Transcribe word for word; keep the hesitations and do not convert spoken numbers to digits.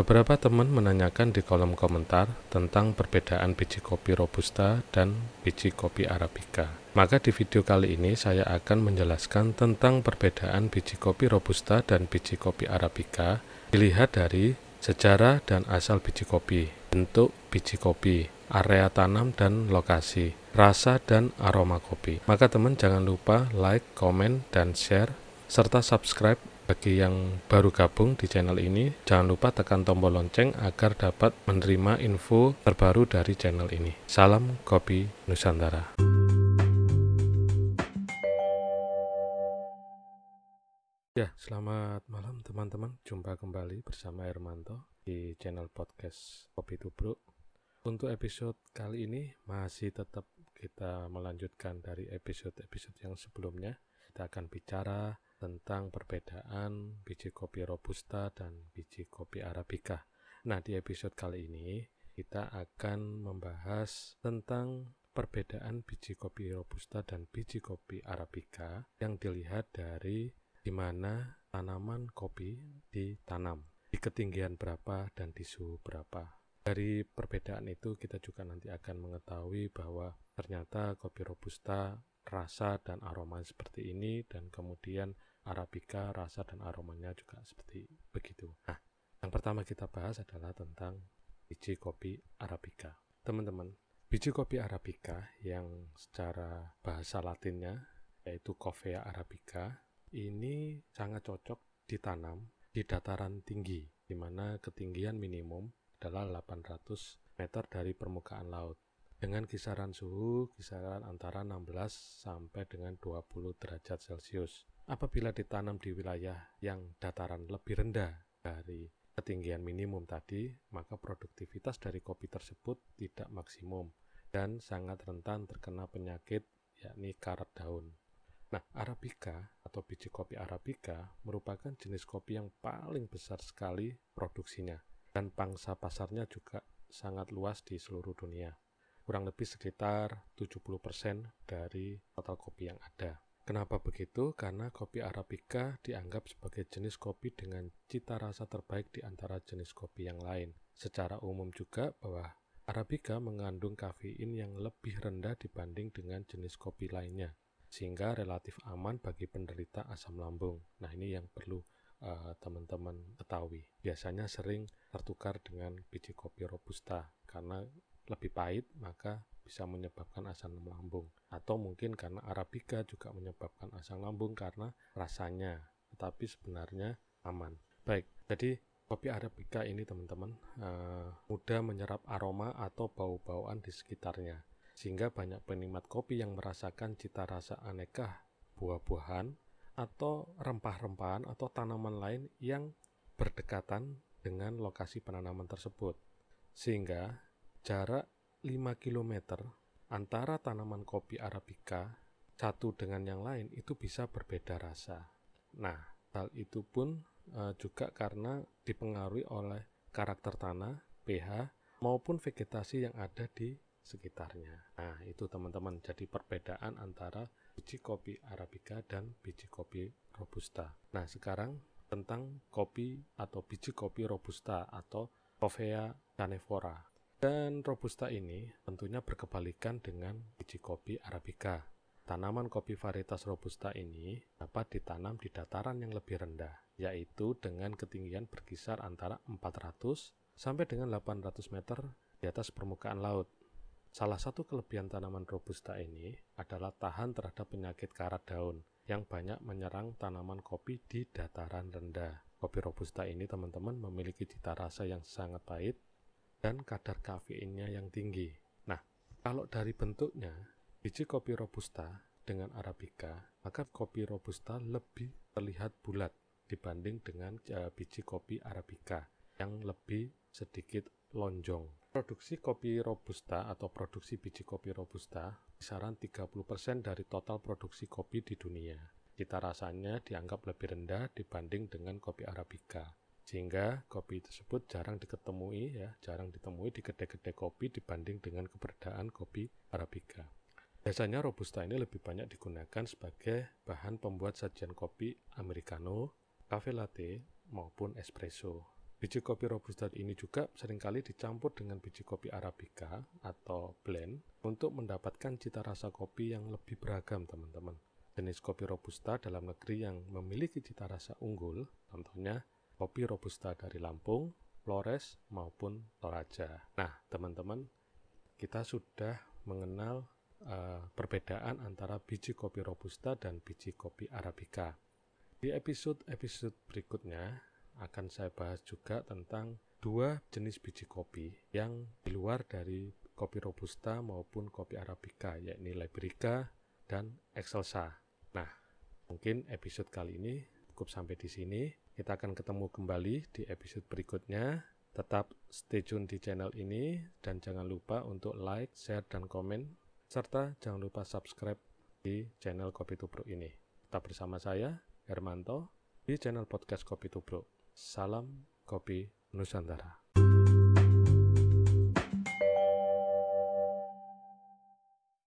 Beberapa teman menanyakan di kolom komentar tentang perbedaan biji kopi Robusta dan biji kopi Arabica. Maka di video kali ini saya akan menjelaskan tentang perbedaan biji kopi Robusta dan biji kopi Arabica dilihat dari sejarah dan asal biji kopi, bentuk biji kopi, area tanam dan lokasi, rasa dan aroma kopi. Maka teman jangan lupa like, komen, dan share, serta subscribe. Bagi yang baru gabung di channel ini, jangan lupa tekan tombol lonceng agar dapat menerima info terbaru dari channel ini. Salam Kopi Nusantara. Ya, selamat malam teman-teman. Jumpa kembali bersama Hermanto di channel podcast Kopi Tubruk. Untuk episode kali ini masih tetap kita melanjutkan dari episode-episode yang sebelumnya. Kita akan bicara tentang perbedaan biji kopi Robusta dan biji kopi Arabica. Nah, di episode kali ini kita akan membahas tentang perbedaan biji kopi Robusta dan biji kopi Arabica yang dilihat dari di mana tanaman kopi ditanam, di ketinggian berapa dan di suhu berapa. Dari perbedaan itu kita juga nanti akan mengetahui bahwa ternyata kopi Robusta rasa dan aroma seperti ini, dan kemudian Arabica rasa dan aromanya juga seperti begitu. Nah, yang pertama kita bahas adalah tentang biji kopi Arabica. Teman-teman, biji kopi Arabica yang secara bahasa latinnya yaitu Coffea arabica ini sangat cocok ditanam di dataran tinggi, di mana ketinggian minimum adalah delapan ratus meter dari permukaan laut, dengan kisaran suhu kisaran antara enam belas sampai dengan dua puluh derajat Celcius. Apabila ditanam di wilayah yang dataran lebih rendah dari ketinggian minimum tadi, maka produktivitas dari kopi tersebut tidak maksimum dan sangat rentan terkena penyakit, yakni karat daun. Nah, Arabica atau biji kopi Arabica merupakan jenis kopi yang paling besar sekali produksinya, dan pangsa pasarnya juga sangat luas di seluruh dunia. Kurang lebih sekitar tujuh puluh persen dari total kopi yang ada. Kenapa begitu? Karena kopi Arabica dianggap sebagai jenis kopi dengan cita rasa terbaik di antara jenis kopi yang lain. Secara umum juga bahwa Arabica mengandung kafein yang lebih rendah dibanding dengan jenis kopi lainnya, sehingga relatif aman bagi penderita asam lambung. Nah, ini yang perlu uh, teman-teman ketahui. Biasanya sering tertukar dengan biji kopi Robusta karena lebih pahit, maka bisa menyebabkan asam lambung, atau mungkin karena Arabica juga menyebabkan asam lambung karena rasanya, tetapi sebenarnya aman. Baik, jadi kopi Arabica ini teman-teman uh, mudah menyerap aroma atau bau-bauan di sekitarnya, sehingga banyak penikmat kopi yang merasakan cita rasa aneka buah-buahan atau rempah-rempahan atau tanaman lain yang berdekatan dengan lokasi penanaman tersebut, sehingga jarak lima kilometer antara tanaman kopi Arabica satu dengan yang lain itu bisa berbeda rasa. Nah, hal itu pun e, juga karena dipengaruhi oleh karakter tanah, pH, maupun vegetasi yang ada di sekitarnya. Nah, itu teman-teman, jadi perbedaan antara biji kopi Arabica dan biji kopi Robusta. Nah, sekarang tentang kopi atau biji kopi Robusta atau Coffea canephora. Dan Robusta ini tentunya berkebalikan dengan biji kopi Arabica. Tanaman kopi varietas Robusta ini dapat ditanam di dataran yang lebih rendah, yaitu dengan ketinggian berkisar antara empat ratus sampai dengan delapan ratus meter di atas permukaan laut. Salah satu kelebihan tanaman Robusta ini adalah tahan terhadap penyakit karat daun yang banyak menyerang tanaman kopi di dataran rendah. Kopi Robusta ini teman-teman memiliki cita rasa yang sangat pahit dan kadar kafeinnya yang tinggi. Nah, kalau dari bentuknya, biji kopi Robusta dengan Arabica, maka kopi Robusta lebih terlihat bulat dibanding dengan uh, biji kopi Arabica yang lebih sedikit lonjong. Produksi kopi Robusta atau produksi biji kopi Robusta kisaran tiga puluh persen dari total produksi kopi di dunia. Cita rasanya dianggap lebih rendah dibanding dengan kopi Arabica, sehingga kopi tersebut jarang diketemui ya, jarang ditemui di kedai-kedai kopi dibanding dengan keberadaan kopi Arabica. Biasanya Robusta ini lebih banyak digunakan sebagai bahan pembuat sajian kopi americano, cafe latte, maupun espresso. Biji kopi Robusta ini juga seringkali dicampur dengan biji kopi Arabica atau blend untuk mendapatkan cita rasa kopi yang lebih beragam, teman-teman. Jenis kopi Robusta dalam negeri yang memiliki cita rasa unggul, contohnya kopi Robusta dari Lampung, Flores, maupun Toraja. Nah, teman-teman, kita sudah mengenal uh, perbedaan antara biji kopi Robusta dan biji kopi Arabica. Di episode-episode berikutnya akan saya bahas juga tentang dua jenis biji kopi yang di luar dari kopi Robusta maupun kopi Arabica, yakni Liberica dan Excelsa. Nah, mungkin episode kali ini cukup sampai di sini. Kita akan ketemu kembali di episode berikutnya. Tetap stay tune di channel ini dan jangan lupa untuk like, share, dan komen. Serta jangan lupa subscribe di channel Kopi Tubruk ini. Tetap bersama saya, Hermanto, di channel podcast Kopi Tubruk. Salam Kopi Nusantara.